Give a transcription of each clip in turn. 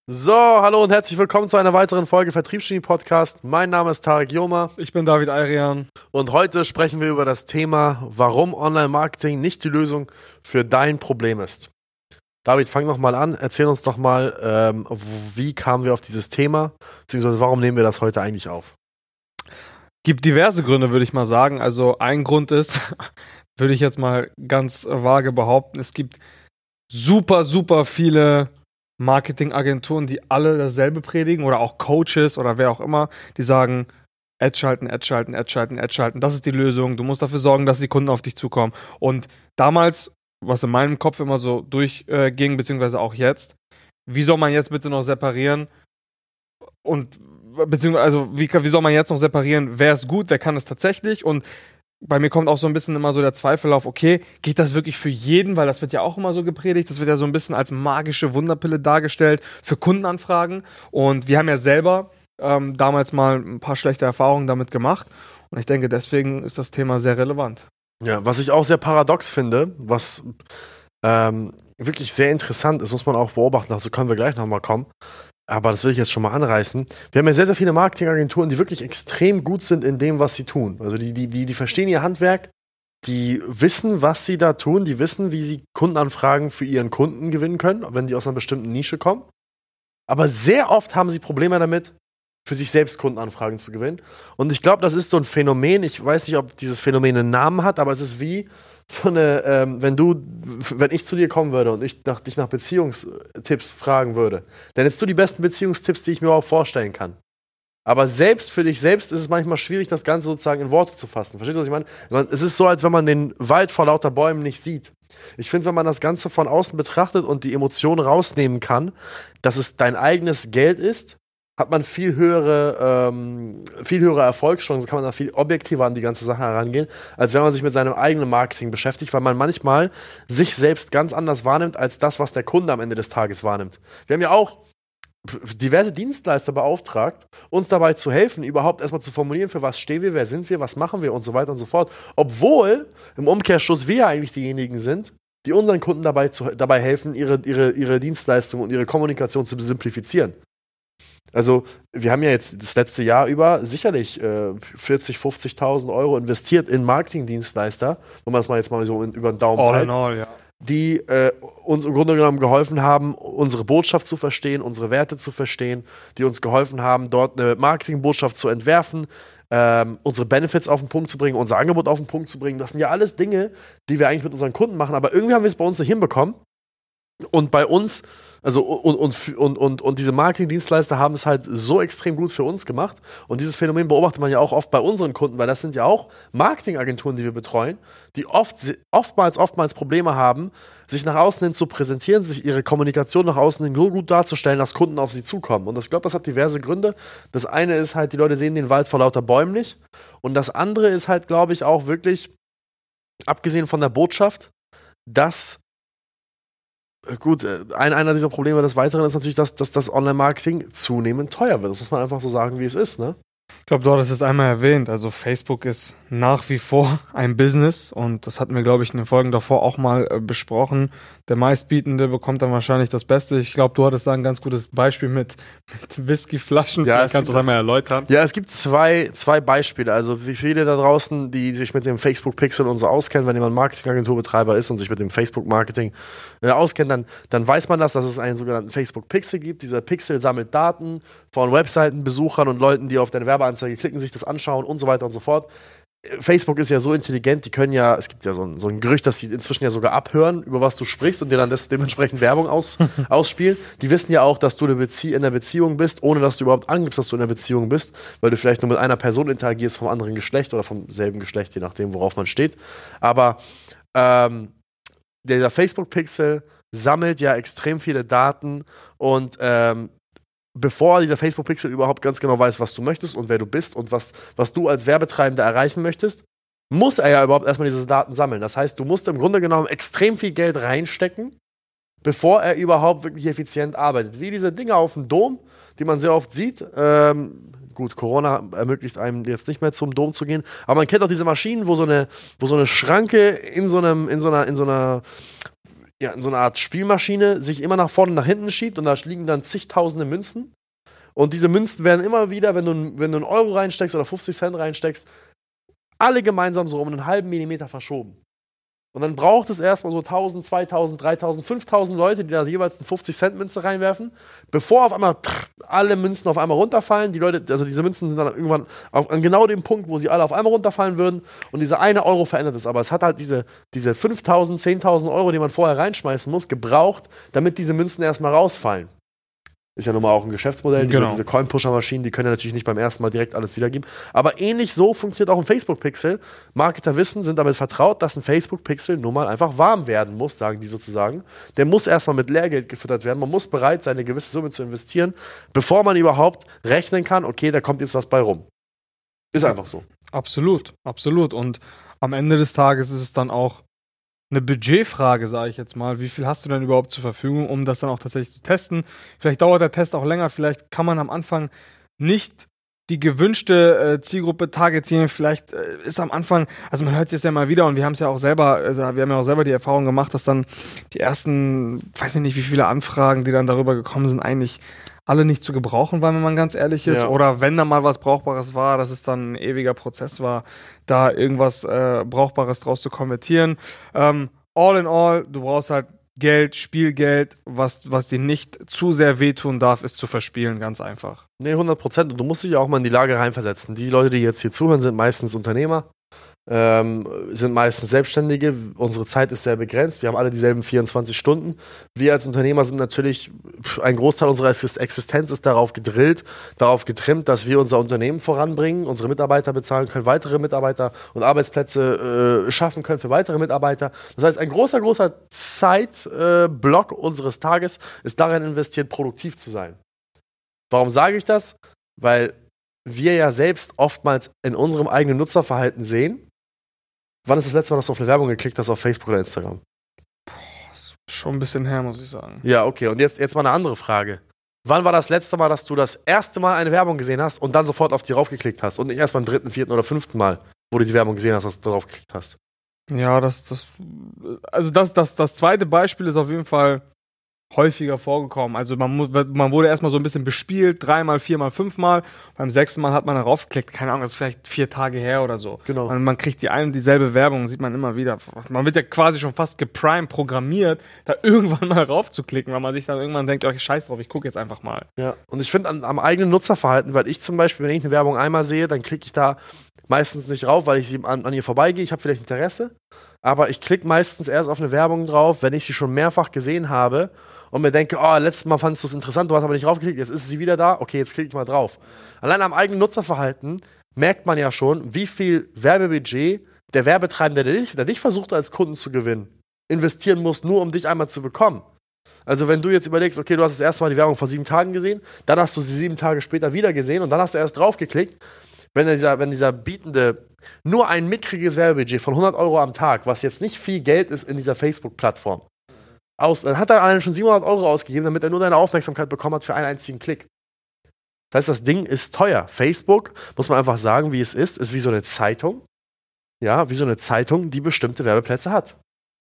So, hallo und herzlich willkommen zu einer weiteren Folge Vertriebsgenie Podcast. Mein Name ist Tarek Joma Ich bin David Ayrian. und heute sprechen wir über das Thema, warum Online-Marketing nicht die Lösung für dein Problem ist. David, fang noch mal an. Erzähl uns doch mal, wie kamen wir auf dieses Thema, beziehungsweise warum nehmen wir das heute eigentlich auf? Gibt diverse Gründe, würde ich mal sagen. Also ein Grund ist, würde ich jetzt mal ganz vage behaupten, es gibt super viele Marketingagenturen, die alle dasselbe predigen oder auch Coaches oder wer auch immer, die sagen, Ads schalten, Ads schalten, Ads schalten, Ads schalten, das ist die Lösung, du musst dafür sorgen, dass die Kunden auf dich zukommen. Und damals, was in meinem Kopf immer so durchging, beziehungsweise auch jetzt, wie soll man jetzt bitte noch separieren und beziehungsweise, also wie soll man jetzt noch separieren, wer ist gut, wer kann es tatsächlich? Und bei mir kommt auch so ein bisschen immer so der Zweifel auf, okay, geht das wirklich für jeden? Weil das wird ja auch immer so gepredigt, das wird ja so ein bisschen als magische Wunderpille dargestellt für Kundenanfragen. Und wir haben ja selber damals mal ein paar schlechte Erfahrungen damit gemacht. Und ich denke, deswegen ist das Thema sehr relevant. Ja, was ich auch sehr paradox finde, was wirklich sehr interessant ist, muss man auch beobachten, dazu können wir gleich nochmal kommen. Aber das will ich jetzt schon mal anreißen. Wir haben ja sehr viele Marketingagenturen, die wirklich extrem gut sind in dem, was sie tun. Also die verstehen ihr Handwerk, die wissen, was sie da tun, die wissen, wie sie Kundenanfragen für ihren Kunden gewinnen können, wenn die aus einer bestimmten Nische kommen. Aber sehr oft haben sie Probleme damit, für sich selbst Kundenanfragen zu gewinnen. Und ich glaube, das ist so ein Phänomen. Ich weiß nicht, ob dieses Phänomen einen Namen hat, aber es ist wie so eine, wenn ich zu dir kommen würde und dich nach Beziehungstipps fragen würde, dann hättest du die besten Beziehungstipps, die ich mir überhaupt vorstellen kann. Aber selbst für dich selbst ist es manchmal schwierig, das Ganze sozusagen in Worte zu fassen. Verstehst du, was ich meine? Es ist so, als wenn man den Wald vor lauter Bäumen nicht sieht. Ich finde, wenn man das Ganze von außen betrachtet und die Emotionen rausnehmen kann, dass es dein eigenes Geld ist, hat man viel höhere Erfolgschancen, kann man da viel objektiver an die ganze Sache herangehen, als wenn man sich mit seinem eigenen Marketing beschäftigt, weil man manchmal sich selbst ganz anders wahrnimmt, als das, was der Kunde am Ende des Tages wahrnimmt. Wir haben ja auch diverse Dienstleister beauftragt, uns dabei zu helfen, überhaupt erstmal zu formulieren, für was stehen wir, wer sind wir, was machen wir und so weiter und so fort. Obwohl im Umkehrschluss wir eigentlich diejenigen sind, die unseren Kunden dabei helfen, ihre Dienstleistung und ihre Kommunikation zu simplifizieren. Also, wir haben ja jetzt das letzte Jahr über sicherlich 40.000, 50.000 Euro investiert in Marketingdienstleister, wenn man das mal jetzt mal so über den Daumen All in all, ja. die uns im Grunde genommen geholfen haben, unsere Botschaft zu verstehen, unsere Werte zu verstehen, die uns geholfen haben, dort eine Marketingbotschaft zu entwerfen, unsere Benefits auf den Punkt zu bringen, unser Angebot auf den Punkt zu bringen. Das sind ja alles Dinge, die wir eigentlich mit unseren Kunden machen, aber irgendwie haben wir es bei uns nicht hinbekommen. Und bei uns, also und diese Marketingdienstleister haben es halt so extrem gut für uns gemacht. Und dieses Phänomen beobachtet man ja auch oft bei unseren Kunden, weil das sind ja auch Marketingagenturen, die wir betreuen, die oftmals Probleme haben, sich nach außen hin zu präsentieren, sich ihre Kommunikation nach außen hin so gut darzustellen, dass Kunden auf sie zukommen. Und ich glaube, das hat diverse Gründe. Das eine ist halt, die Leute sehen den Wald vor lauter Bäumen nicht. Und das andere ist halt, glaube ich, auch wirklich, abgesehen von der Botschaft, dass gut, einer dieser Probleme des Weiteren ist natürlich, dass das Online-Marketing zunehmend teuer wird. Das muss man einfach so sagen, wie es ist, ne? Ich glaube, du hattest es einmal erwähnt. Also Facebook ist nach wie vor ein Business und das hatten wir, glaube ich, in den Folgen davor auch mal besprochen. Der meistbietende bekommt dann wahrscheinlich das Beste. Ich glaube, du hattest da ein ganz gutes Beispiel mit Whiskyflaschen. Ja, Vielleicht kannst du das einmal erläutern. Ja, es gibt zwei Beispiele. Also wie viele da draußen, die sich mit dem Facebook-Pixel und so auskennen, wenn jemand Marketingagenturbetreiber ist und sich mit dem Facebook-Marketing auskennt, dann weiß man dass es einen sogenannten Facebook-Pixel gibt. Dieser Pixel sammelt Daten von Webseitenbesuchern und Leuten, die auf deine Werbeanzeige klicken, sich das anschauen und so weiter und so fort. Facebook ist ja so intelligent, die können ja, es gibt ja so ein Gerücht, dass die inzwischen ja sogar abhören, über was du sprichst und dir dann dementsprechend Werbung ausspielen. Die wissen ja auch, dass du in einer Beziehung bist, ohne dass du überhaupt angibst, dass du in einer Beziehung bist, weil du vielleicht nur mit einer Person interagierst vom anderen Geschlecht oder vom selben Geschlecht, je nachdem, worauf man steht. Aber der Facebook-Pixel sammelt ja extrem viele Daten und bevor dieser Facebook-Pixel überhaupt ganz genau weiß, was du möchtest und wer du bist und was du als Werbetreibender erreichen möchtest, muss er ja überhaupt erstmal diese Daten sammeln. Das heißt, du musst im Grunde genommen extrem viel Geld reinstecken, bevor er überhaupt wirklich effizient arbeitet. Wie diese Dinge auf dem Dom, die man sehr oft sieht. Gut, Corona ermöglicht einem jetzt nicht mehr zum Dom zu gehen, aber man kennt auch diese Maschinen, wo so eine Schranke in so einer ja, in so einer Art Spielmaschine sich immer nach vorne und nach hinten schiebt und da liegen dann zigtausende Münzen. Und diese Münzen werden immer wieder, wenn du einen Euro reinsteckst oder 50 Cent reinsteckst, alle gemeinsam so um einen halben Millimeter verschoben. Und dann braucht es erstmal so 1000, 2000, 3000, 5000 Leute, die da jeweils eine 50-Cent-Münze reinwerfen, bevor auf einmal alle Münzen auf einmal runterfallen. Die Leute, also diese Münzen sind dann irgendwann an genau dem Punkt, wo sie alle auf einmal runterfallen würden. Und dieser eine Euro verändert es. Aber es hat halt diese 5000, 10.000 Euro, die man vorher reinschmeißen muss, gebraucht, damit diese Münzen erstmal rausfallen. Ist ja nun mal auch ein Geschäftsmodell. Genau. Diese Coin-Pusher-Maschinen, die können ja natürlich nicht beim ersten Mal direkt alles wiedergeben. Aber ähnlich so funktioniert auch ein Facebook-Pixel. Marketer sind damit vertraut, dass ein Facebook-Pixel nun mal einfach warm werden muss, sagen die sozusagen. Der muss erstmal mit Lehrgeld gefüttert werden. Man muss bereit sein, eine gewisse Summe zu investieren, bevor man überhaupt rechnen kann, okay, da kommt jetzt was bei rum. Ist einfach so. Absolut, absolut. Und am Ende des Tages ist es dann auch eine Budgetfrage, sage ich jetzt mal. Wie viel hast du denn überhaupt zur Verfügung, um das dann auch tatsächlich zu testen? Vielleicht dauert der Test auch länger, vielleicht kann man am Anfang nicht die gewünschte Zielgruppe targetieren. Vielleicht ist am Anfang, also man hört es ja mal wieder und wir haben es ja auch selber, wir haben ja auch selber die Erfahrung gemacht, dass dann die ersten, weiß ich nicht, wie viele Anfragen, die dann darüber gekommen sind, eigentlich alle nicht zu gebrauchen waren, wenn man ganz ehrlich ist. Ja. Oder wenn da mal was Brauchbares war, dass es dann ein ewiger Prozess war, da irgendwas Brauchbares draus zu konvertieren. All in all, du brauchst halt Geld, Spielgeld, was dir nicht zu sehr wehtun darf, ist zu verspielen, ganz einfach. Nee, 100%. Und du musst dich ja auch mal in die Lage reinversetzen. Die Leute, die jetzt hier zuhören, sind meistens Unternehmer, sind meistens Selbstständige. Unsere Zeit ist sehr begrenzt. Wir haben alle dieselben 24 Stunden. Wir als Unternehmer sind natürlich, ein Großteil unserer Existenz ist darauf gedrillt, darauf getrimmt, dass wir unser Unternehmen voranbringen, unsere Mitarbeiter bezahlen können, weitere Mitarbeiter und Arbeitsplätze schaffen können für weitere Mitarbeiter. Das heißt, ein großer Zeitblock unseres Tages ist darin investiert, produktiv zu sein. Warum sage ich das? Weil wir ja selbst oftmals in unserem eigenen Nutzerverhalten sehen, wann ist das letzte Mal, dass du auf eine Werbung geklickt hast auf Facebook oder Instagram? Schon ein bisschen her, muss ich sagen. Ja, okay. Und jetzt mal eine andere Frage. Wann war das letzte Mal, dass du das erste Mal eine Werbung gesehen hast und dann sofort auf die raufgeklickt hast und nicht erst beim 3., 4. oder 5. Mal, wo du die Werbung gesehen hast, dass du drauf geklickt hast? Ja, das zweite Beispiel ist auf jeden Fall häufiger vorgekommen. Also man wurde erstmal so ein bisschen bespielt, 3-mal, 4-mal, 5-mal. Beim 6. Mal hat man darauf geklickt. Keine Ahnung, das ist vielleicht 4 Tage her oder so. Genau. Und man kriegt die eine und dieselbe Werbung, sieht man immer wieder. Man wird ja quasi schon fast geprimed, programmiert, da irgendwann mal raufzuklicken, weil man sich dann irgendwann denkt, oh, scheiß drauf, ich gucke jetzt einfach mal. Ja, und ich finde am eigenen Nutzerverhalten, weil ich zum Beispiel, wenn ich eine Werbung einmal sehe, dann klicke ich da meistens nicht rauf, weil ich sie an ihr vorbeigehe. Ich habe vielleicht Interesse, aber ich klicke meistens erst auf eine Werbung drauf, wenn ich sie schon mehrfach gesehen habe und mir denke, oh, letztes Mal fandest du es interessant, du hast aber nicht draufgeklickt, jetzt ist sie wieder da, okay, jetzt klicke ich mal drauf. Allein am eigenen Nutzerverhalten merkt man ja schon, wie viel Werbebudget der Werbetreibende, der dich versucht als Kunden zu gewinnen, investieren muss, nur um dich einmal zu bekommen. Also wenn du jetzt überlegst, okay, du hast das erste Mal die Werbung vor 7 Tagen gesehen, dann hast du sie 7 Tage später wieder gesehen und dann hast du erst draufgeklickt, wenn dieser Bietende nur ein mickriges Werbebudget von 100 Euro am Tag, was jetzt nicht viel Geld ist in dieser Facebook-Plattform, dann hat er allein schon 700 Euro ausgegeben, damit er nur deine Aufmerksamkeit bekommen hat für einen einzigen Klick. Das heißt, das Ding ist teuer. Facebook, muss man einfach sagen, wie es ist wie so eine Zeitung. Ja, wie so eine Zeitung, die bestimmte Werbeplätze hat.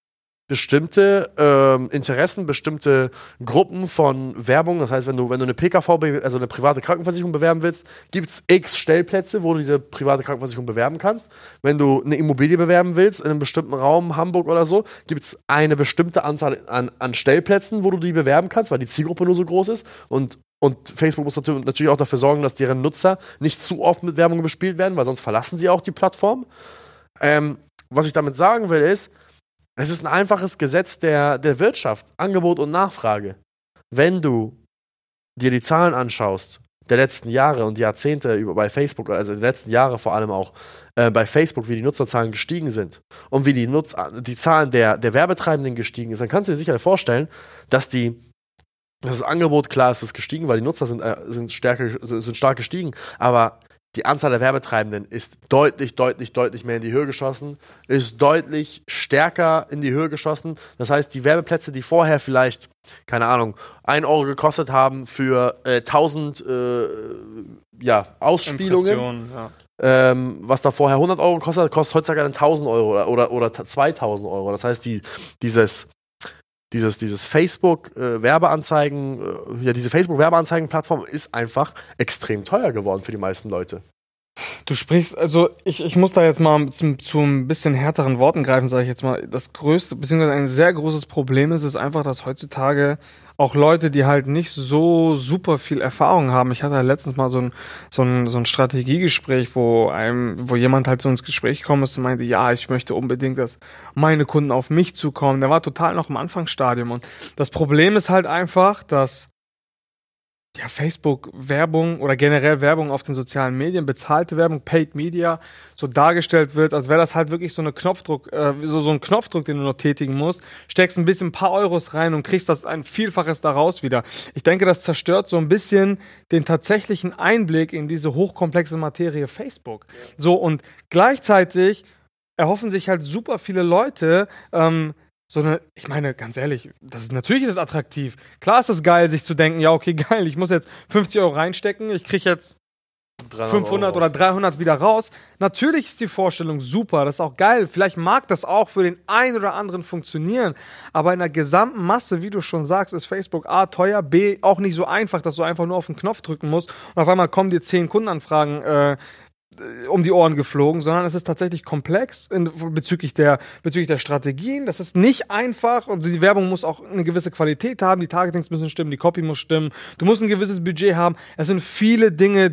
Bestimmte Interessen, bestimmte Gruppen von Werbung. Das heißt, wenn du eine PKV, also eine private Krankenversicherung bewerben willst, gibt es x Stellplätze, wo du diese private Krankenversicherung bewerben kannst. Wenn du eine Immobilie bewerben willst, in einem bestimmten Raum, Hamburg oder so, gibt es eine bestimmte Anzahl an Stellplätzen, wo du die bewerben kannst, weil die Zielgruppe nur so groß ist. Und Facebook muss natürlich auch dafür sorgen, dass deren Nutzer nicht zu oft mit Werbung bespielt werden, weil sonst verlassen sie auch die Plattform. Was ich damit sagen will, ist, es ist ein einfaches Gesetz der Wirtschaft, Angebot und Nachfrage. Wenn du dir die Zahlen anschaust, der letzten Jahre und Jahrzehnte bei Facebook, also die letzten Jahre vor allem auch bei Facebook, wie die Nutzerzahlen gestiegen sind und wie die Zahlen der Werbetreibenden gestiegen ist, dann kannst du dir sicher vorstellen, dass das Angebot, klar ist es gestiegen, weil die Nutzer sind stark gestiegen, aber die Anzahl der Werbetreibenden ist deutlich mehr in die Höhe geschossen, ist deutlich stärker in die Höhe geschossen. Das heißt, die Werbeplätze, die vorher vielleicht, keine Ahnung, 1 Euro gekostet haben für 1000 Ausspielungen, was da vorher 100 Euro gekostet hat, kostet heutzutage dann 1000 Euro oder 2000 Euro. Das heißt, dieses Facebook-Werbeanzeigen, diese Facebook-Werbeanzeigen-Plattform ist einfach extrem teuer geworden für die meisten Leute. Du sprichst, also ich muss da jetzt mal zu ein bisschen härteren Worten greifen, sage ich jetzt mal. Das größte, beziehungsweise ein sehr großes Problem ist einfach, dass heutzutage auch Leute, die halt nicht so super viel Erfahrung haben. Ich hatte halt letztens mal so ein Strategiegespräch, wo jemand halt so ins Gespräch gekommen ist und meinte, ja, ich möchte unbedingt, dass meine Kunden auf mich zukommen. Der war total noch im Anfangsstadium. Und das Problem ist halt einfach, dass ja, Facebook-Werbung oder generell Werbung auf den sozialen Medien, bezahlte Werbung, Paid Media, so dargestellt wird, als wäre das halt wirklich so ein Knopfdruck, den du noch tätigen musst, steckst ein paar Euros rein und kriegst das ein Vielfaches daraus wieder. Ich denke, das zerstört so ein bisschen den tatsächlichen Einblick in diese hochkomplexe Materie Facebook. So, und gleichzeitig erhoffen sich halt super viele Leute, ich meine, ganz ehrlich, natürlich ist es attraktiv. Klar ist es geil, sich zu denken, ja, okay, geil, ich muss jetzt 50 Euro reinstecken, ich kriege jetzt 500 oder 300 wieder raus. Natürlich ist die Vorstellung super, das ist auch geil. Vielleicht mag das auch für den einen oder anderen funktionieren, aber in der gesamten Masse, wie du schon sagst, ist Facebook A, teuer, B, auch nicht so einfach, dass du einfach nur auf den Knopf drücken musst und auf einmal kommen dir 10 Kundenanfragen um die Ohren geflogen, sondern es ist tatsächlich komplex bezüglich der Strategien. Das ist nicht einfach und die Werbung muss auch eine gewisse Qualität haben, die Targetings müssen stimmen, die Copy muss stimmen, du musst ein gewisses Budget haben. Es sind viele Dinge,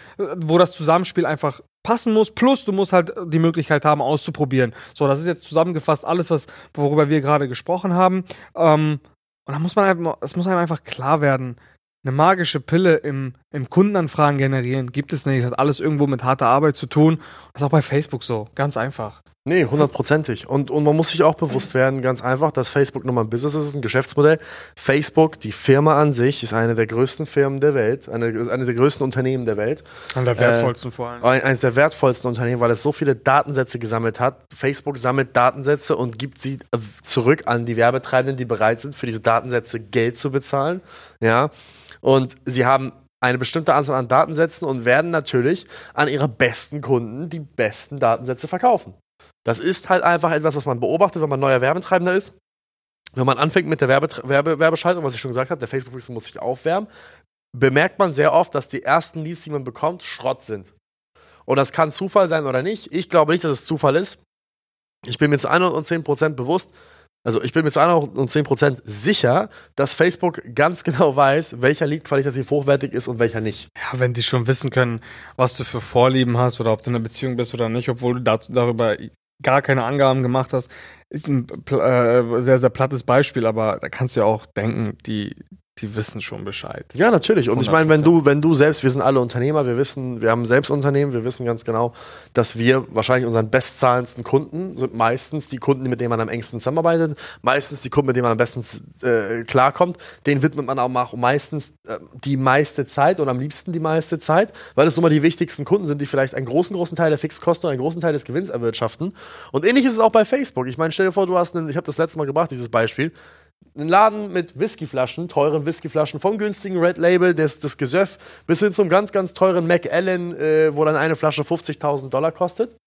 wo das Zusammenspiel einfach passen muss, plus du musst halt die Möglichkeit haben, auszuprobieren. So, das ist jetzt zusammengefasst alles, worüber wir gerade gesprochen haben. Und da muss es muss einem einfach klar werden, eine magische Pille im Kundenanfragen generieren gibt es nicht. Das hat alles irgendwo mit harter Arbeit zu tun. Das ist auch bei Facebook so. Ganz einfach. Nee, 100%. Und man muss sich auch bewusst werden, ganz einfach, dass Facebook nochmal ein Business ist, ein Geschäftsmodell. Facebook, die Firma an sich, ist eine der größten Firmen der Welt, eine der größten Unternehmen der Welt. Eine der wertvollsten vor allem. Eines der wertvollsten Unternehmen, weil es so viele Datensätze gesammelt hat. Facebook sammelt Datensätze und gibt sie zurück an die Werbetreibenden, die bereit sind, für diese Datensätze Geld zu bezahlen. Ja. Und sie haben eine bestimmte Anzahl an Datensätzen und werden natürlich an ihre besten Kunden die besten Datensätze verkaufen. Das ist halt einfach etwas, was man beobachtet, wenn man neuer Werbetreibender ist. Wenn man anfängt mit der Werbeschaltung, was ich schon gesagt habe, der Facebook-Pixel muss sich aufwärmen, bemerkt man sehr oft, dass die ersten Leads, die man bekommt, Schrott sind. Und das kann Zufall sein oder nicht. Ich glaube nicht, dass es Zufall ist. Ich bin mir zu 110% bewusst, also ich bin mir zu 110% sicher, dass Facebook ganz genau weiß, welcher Lead qualitativ hochwertig ist und welcher nicht. Ja, wenn die schon wissen können, was du für Vorlieben hast oder ob du in einer Beziehung bist oder nicht, obwohl du darüber gar keine Angaben gemacht hast, ist ein sehr, sehr plattes Beispiel, aber da kannst du ja auch denken, die wissen schon Bescheid. Ja, natürlich. Und 100%. Ich meine, wenn du selbst, wir sind alle Unternehmer, wir haben selbst Unternehmen, wir wissen ganz genau, dass wir wahrscheinlich unseren bestzahlendsten Kunden sind meistens die Kunden, mit denen man am engsten zusammenarbeitet, meistens die Kunden, mit denen man am besten klarkommt. Denen widmet man auch meistens die meiste Zeit oder am liebsten die meiste Zeit, weil es nun mal die wichtigsten Kunden sind, die vielleicht einen großen Teil der Fixkosten und einen großen Teil des Gewinns erwirtschaften. Und ähnlich ist es auch bei Facebook. Ich meine, stell dir vor, ich habe das letzte Mal gebracht, dieses Beispiel, ein Laden mit Whiskyflaschen, teuren Whiskyflaschen, vom günstigen Red Label, das Gesöff, bis hin zum ganz, ganz teuren Macallan, wo dann eine Flasche $50.000 kostet.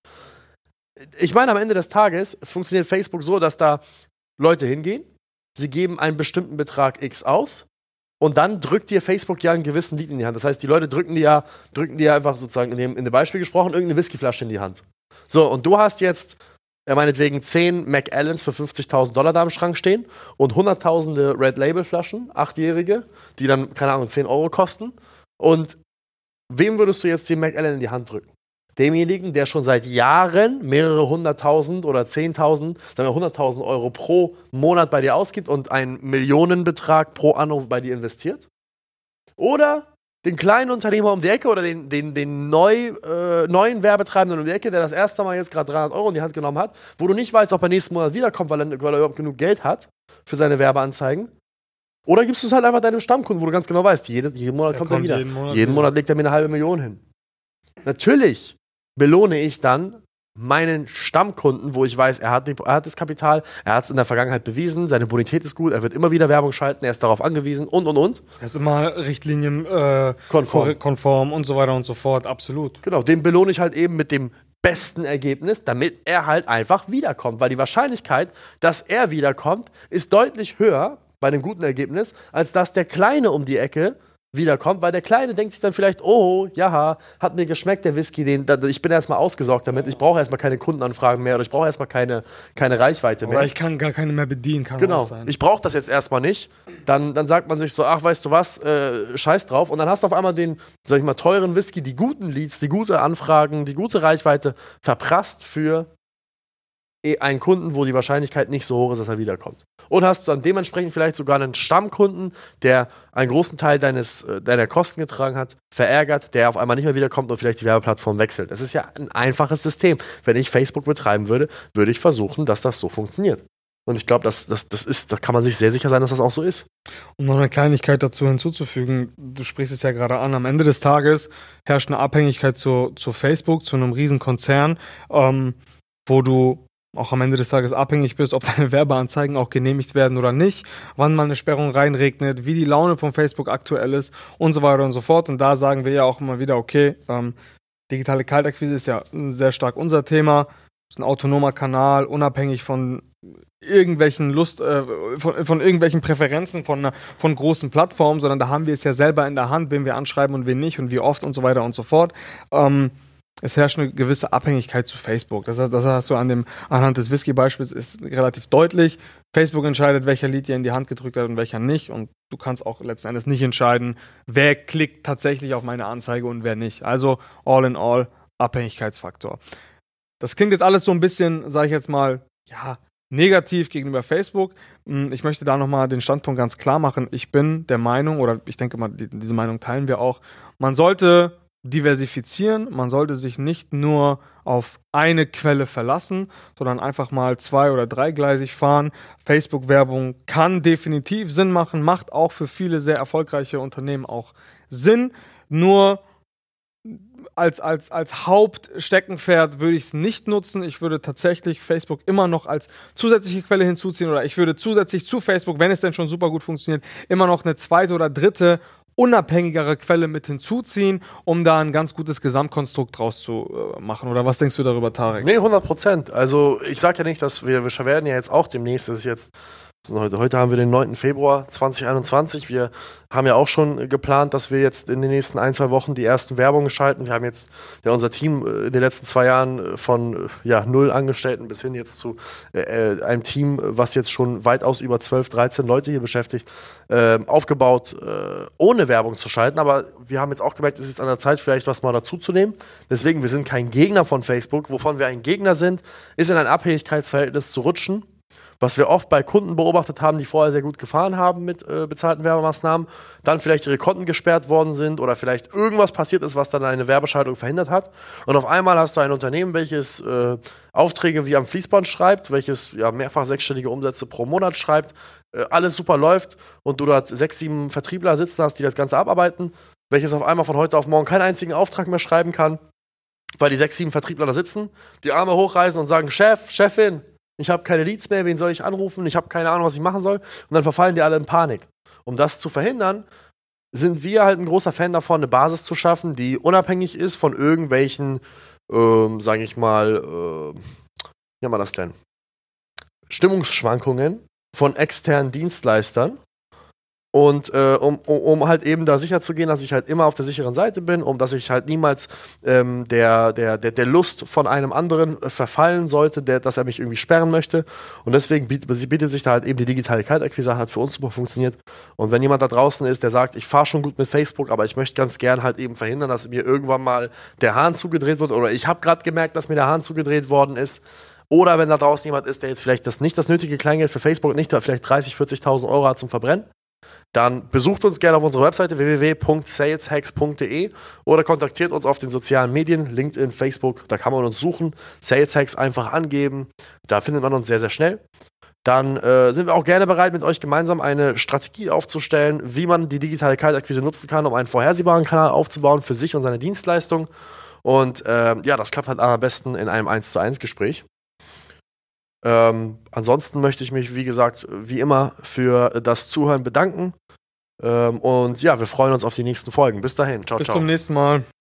Ich meine, am Ende des Tages funktioniert Facebook so, dass da Leute hingehen, sie geben einen bestimmten Betrag X aus und dann drückt dir Facebook ja einen gewissen Lead in die Hand. Das heißt, die Leute drücken dir einfach sozusagen in dem Beispiel gesprochen irgendeine Whiskyflasche in die Hand. So, und du hast jetzt meinetwegen 10 Macallans für $50.000 da im Schrank stehen und hunderttausende Red Label Flaschen, 8-jährige, die dann, keine Ahnung, 10 Euro kosten. Und wem würdest du jetzt den Macallan in die Hand drücken? Demjenigen, der schon seit Jahren mehrere 100.000 oder 10.000, sagen wir 100.000 Euro pro Monat bei dir ausgibt und einen Millionenbetrag pro Anno bei dir investiert? Oder den kleinen Unternehmer um die Ecke oder den neuen Werbetreibenden um die Ecke, der das erste Mal jetzt gerade 300 Euro in die Hand genommen hat, wo du nicht weißt, ob er nächsten Monat wiederkommt, weil er überhaupt genug Geld hat für seine Werbeanzeigen. Oder gibst du es halt einfach deinem Stammkunden, wo du ganz genau weißt, jeden Monat kommt er wieder. Jeden Monat legt er mir 500.000 hin. Natürlich belohne ich dann meinen Stammkunden, wo ich weiß, er hat das Kapital, er hat es in der Vergangenheit bewiesen, seine Bonität ist gut, er wird immer wieder Werbung schalten, er ist darauf angewiesen und. Er ist immer Richtlinien konform und so weiter und so fort, absolut. Genau, den belohne ich halt eben mit dem besten Ergebnis, damit er halt einfach wiederkommt. Weil die Wahrscheinlichkeit, dass er wiederkommt, ist deutlich höher bei einem guten Ergebnis, als dass der Kleine um die Ecke wiederkommt, weil der Kleine denkt sich dann vielleicht, oh, ja, hat mir geschmeckt, der Whisky, ich bin erstmal ausgesorgt damit, ich brauche erstmal keine Kundenanfragen mehr oder ich brauche erstmal keine Reichweite mehr. Oder ich kann gar keine mehr bedienen, kann genau, auch sein. Ich brauche das jetzt erstmal nicht. Dann sagt man sich so, ach, weißt du was, scheiß drauf. Und dann hast du auf einmal den, sag ich mal, teuren Whisky, die guten Leads, die gute Anfragen, die gute Reichweite verprasst für einen Kunden, wo die Wahrscheinlichkeit nicht so hoch ist, dass er wiederkommt. Und hast dann dementsprechend vielleicht sogar einen Stammkunden, der einen großen Teil deiner Kosten getragen hat, verärgert, der auf einmal nicht mehr wiederkommt und vielleicht die Werbeplattform wechselt. Das ist ja ein einfaches System. Wenn ich Facebook betreiben würde, würde ich versuchen, dass das so funktioniert. Und ich glaube, da kann man sich sehr sicher sein, dass das auch so ist. Um noch eine Kleinigkeit dazu hinzuzufügen, du sprichst es ja gerade an, am Ende des Tages herrscht eine Abhängigkeit zu Facebook, zu einem riesen Konzern, wo du auch am Ende des Tages abhängig bist, ob deine Werbeanzeigen auch genehmigt werden oder nicht, wann mal eine Sperrung reinregnet, wie die Laune von Facebook aktuell ist und so weiter und so fort. Und da sagen wir ja auch immer wieder, okay, digitale Kaltakquise ist ja sehr stark unser Thema. Das ist ein autonomer Kanal, unabhängig von irgendwelchen von irgendwelchen Präferenzen von großen Plattformen, sondern da haben wir es ja selber in der Hand, wen wir anschreiben und wen nicht und wie oft und so weiter und so fort. Es herrscht eine gewisse Abhängigkeit zu Facebook. Das hast du anhand des Whisky-Beispiels ist relativ deutlich. Facebook entscheidet, welcher Lead dir in die Hand gedrückt hat und welcher nicht. Und du kannst auch letzten Endes nicht entscheiden, wer klickt tatsächlich auf meine Anzeige und wer nicht. Also all in all Abhängigkeitsfaktor. Das klingt jetzt alles so ein bisschen, sage ich jetzt mal, ja, negativ gegenüber Facebook. Ich möchte da nochmal den Standpunkt ganz klar machen. Ich bin der Meinung, oder ich denke mal, diese Meinung teilen wir auch, man sollte diversifizieren, man sollte sich nicht nur auf eine Quelle verlassen, sondern einfach mal 2- oder 3-gleisig fahren. Facebook-Werbung kann definitiv Sinn machen, macht auch für viele sehr erfolgreiche Unternehmen auch Sinn, nur als Hauptsteckenpferd würde ich es nicht nutzen. Ich würde tatsächlich Facebook immer noch als zusätzliche Quelle hinzuziehen oder ich würde zusätzlich zu Facebook, wenn es denn schon super gut funktioniert, immer noch eine zweite oder dritte unabhängigere Quelle mit hinzuziehen, um da ein ganz gutes Gesamtkonstrukt draus zu machen. Oder was denkst du darüber, Tarek? Nee, 100%. Also ich sage ja nicht, dass wir werden ja jetzt auch demnächst, das ist jetzt, heute haben wir den 9. Februar 2021, wir haben ja auch schon geplant, dass wir jetzt in den nächsten 1-2 Wochen die ersten Werbungen schalten. Wir haben jetzt ja unser Team in den letzten 2 Jahren von 0 Angestellten bis hin jetzt zu einem Team, was jetzt schon weitaus über 12, 13 Leute hier beschäftigt, aufgebaut, ohne Werbung zu schalten. Aber wir haben jetzt auch gemerkt, es ist an der Zeit, vielleicht was mal dazuzunehmen. Deswegen, wir sind kein Gegner von Facebook. Wovon wir ein Gegner sind, ist in ein Abhängigkeitsverhältnis zu rutschen. Was wir oft bei Kunden beobachtet haben, die vorher sehr gut gefahren haben mit bezahlten Werbemaßnahmen, dann vielleicht ihre Konten gesperrt worden sind oder vielleicht irgendwas passiert ist, was dann eine Werbeschaltung verhindert hat. Und auf einmal hast du ein Unternehmen, welches Aufträge wie am Fließband schreibt, welches ja mehrfach 6-stellige Umsätze pro Monat schreibt, alles super läuft und du dort 6, 7 Vertriebler sitzen hast, die das Ganze abarbeiten, welches auf einmal von heute auf morgen keinen einzigen Auftrag mehr schreiben kann, weil die 6, 7 Vertriebler da sitzen, die Arme hochreißen und sagen, Chef, Chefin, ich habe keine Leads mehr, wen soll ich anrufen? Ich habe keine Ahnung, was ich machen soll. Und dann verfallen die alle in Panik. Um das zu verhindern, sind wir halt ein großer Fan davon, eine Basis zu schaffen, die unabhängig ist von irgendwelchen, sage ich mal, wie haben wir das denn? Stimmungsschwankungen von externen Dienstleistern. Und um halt eben da sicher zu gehen, dass ich halt immer auf der sicheren Seite bin, dass ich halt niemals der Lust von einem anderen verfallen sollte, dass er mich irgendwie sperren möchte. Und deswegen bietet sich da halt eben die digitale Kaltakquise, hat für uns super funktioniert. Und wenn jemand da draußen ist, der sagt, ich fahre schon gut mit Facebook, aber ich möchte ganz gern halt eben verhindern, dass mir irgendwann mal der Hahn zugedreht wird, oder ich habe gerade gemerkt, dass mir der Hahn zugedreht worden ist. Oder wenn da draußen jemand ist, der jetzt vielleicht nicht das nötige Kleingeld für Facebook, nicht vielleicht 30.000, 40.000 Euro hat zum Verbrennen, dann besucht uns gerne auf unserer Webseite www.saleshacks.de oder kontaktiert uns auf den sozialen Medien, LinkedIn, Facebook, da kann man uns suchen, Sales Hacks einfach angeben, da findet man uns sehr, sehr schnell. Dann sind wir auch gerne bereit, mit euch gemeinsam eine Strategie aufzustellen, wie man die digitale Kaltakquise nutzen kann, um einen vorhersehbaren Kanal aufzubauen für sich und seine Dienstleistung. Und das klappt halt am besten in einem 1:1 Gespräch. Ansonsten möchte ich mich, wie gesagt, wie immer für das Zuhören bedanken. Und ja, wir freuen uns auf die nächsten Folgen. Bis dahin. Ciao, ciao. Bis zum nächsten Mal.